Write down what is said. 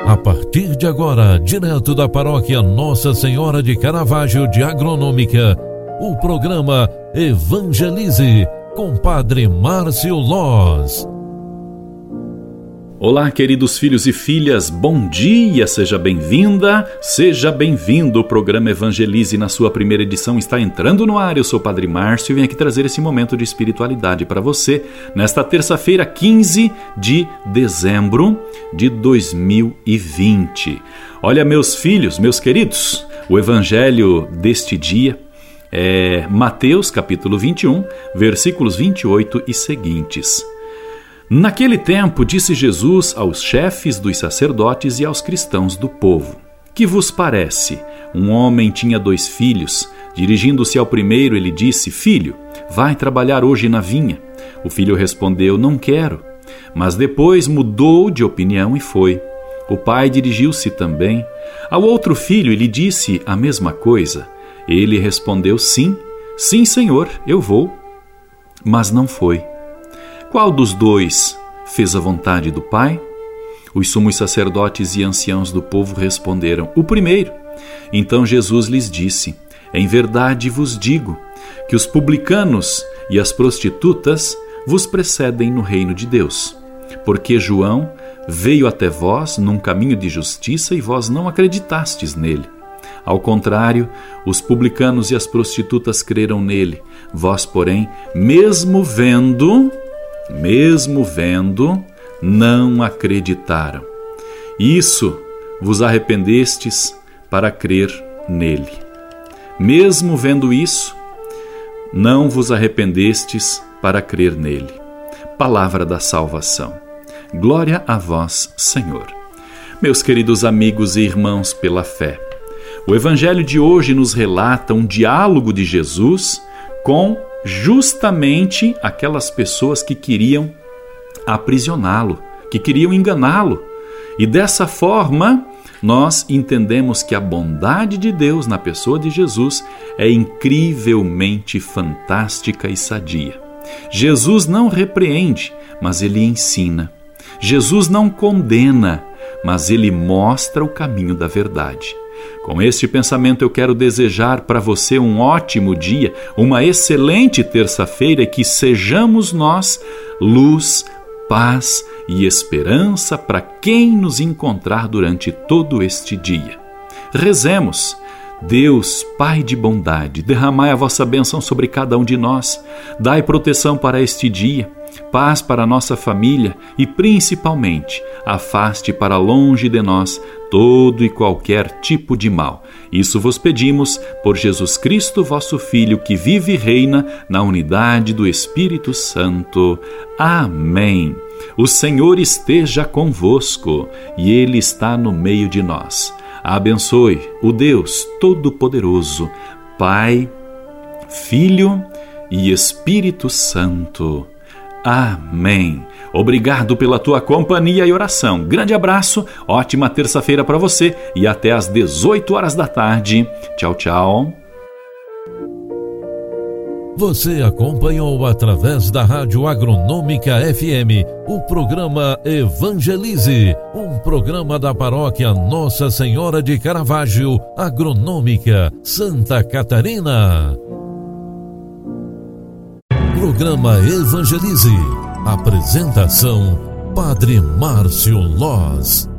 A partir de agora, direto da paróquia Nossa Senhora de Caravaggio de Agronômica, o programa Evangelize, com Padre Márcio Loz. Olá, queridos filhos e filhas, bom dia, seja bem-vinda, seja bem-vindo. O programa Evangelize, na sua primeira edição, está entrando no ar. Eu sou o Padre Márcio e venho aqui trazer esse momento de espiritualidade para você, nesta terça-feira, 15 de dezembro de 2020. Olha, meus filhos, meus queridos, o evangelho deste dia é Mateus, capítulo 21, versículos 28 e seguintes. Naquele tempo, disse Jesus aos chefes dos sacerdotes e aos cristãos do povo: Que vos parece? Um homem tinha 2 filhos. Dirigindo-se ao primeiro, ele disse: Filho, vai trabalhar hoje na vinha. O filho respondeu: Não quero. Mas depois mudou de opinião e foi. O pai dirigiu-se também ao outro filho e lhe disse a mesma coisa. Ele respondeu: Sim, senhor, eu vou. Mas não foi. Qual dos 2 fez a vontade do Pai? Os sumos sacerdotes e anciãos do povo responderam: O primeiro. Então Jesus lhes disse: Em verdade vos digo que os publicanos e as prostitutas vos precedem no reino de Deus. Porque João veio até vós num caminho de justiça e vós não acreditastes nele. Ao contrário, os publicanos e as prostitutas creram nele. Vós, porém, mesmo vendo, não acreditaram. Isso vos arrependestes para crer nele. Mesmo vendo isso, não vos arrependestes para crer nele. Palavra da salvação. Glória a vós, Senhor. Meus queridos amigos e irmãos pela fé, o evangelho de hoje nos relata um diálogo de Jesus com justamente aquelas pessoas que queriam aprisioná-lo, que queriam enganá-lo. E dessa forma, nós entendemos que a bondade de Deus na pessoa de Jesus é incrivelmente fantástica e sadia. Jesus não repreende, mas ele ensina. Jesus não condena, mas ele mostra o caminho da verdade. Com este pensamento eu quero desejar para você um ótimo dia, uma excelente terça-feira e que sejamos nós luz, paz e esperança para quem nos encontrar durante todo este dia. Rezemos. Deus, Pai de bondade, derramai a vossa bênção sobre cada um de nós. Dai proteção para este dia, paz para a nossa família e, principalmente, afaste para longe de nós todo e qualquer tipo de mal. Isso vos pedimos por Jesus Cristo, vosso Filho, que vive e reina na unidade do Espírito Santo. Amém. O Senhor esteja convosco e Ele está no meio de nós. Abençoe o Deus Todo-Poderoso, Pai, Filho e Espírito Santo. Amém. Obrigado pela tua companhia e oração. Grande abraço, ótima terça-feira para você e até às 18 horas da tarde. Tchau, tchau. Você acompanhou através da Rádio Agronômica FM o programa Evangelize, um programa da paróquia Nossa Senhora de Caravaggio, Agronômica, Santa Catarina. Programa Evangelize. Apresentação: Padre Márcio Loz.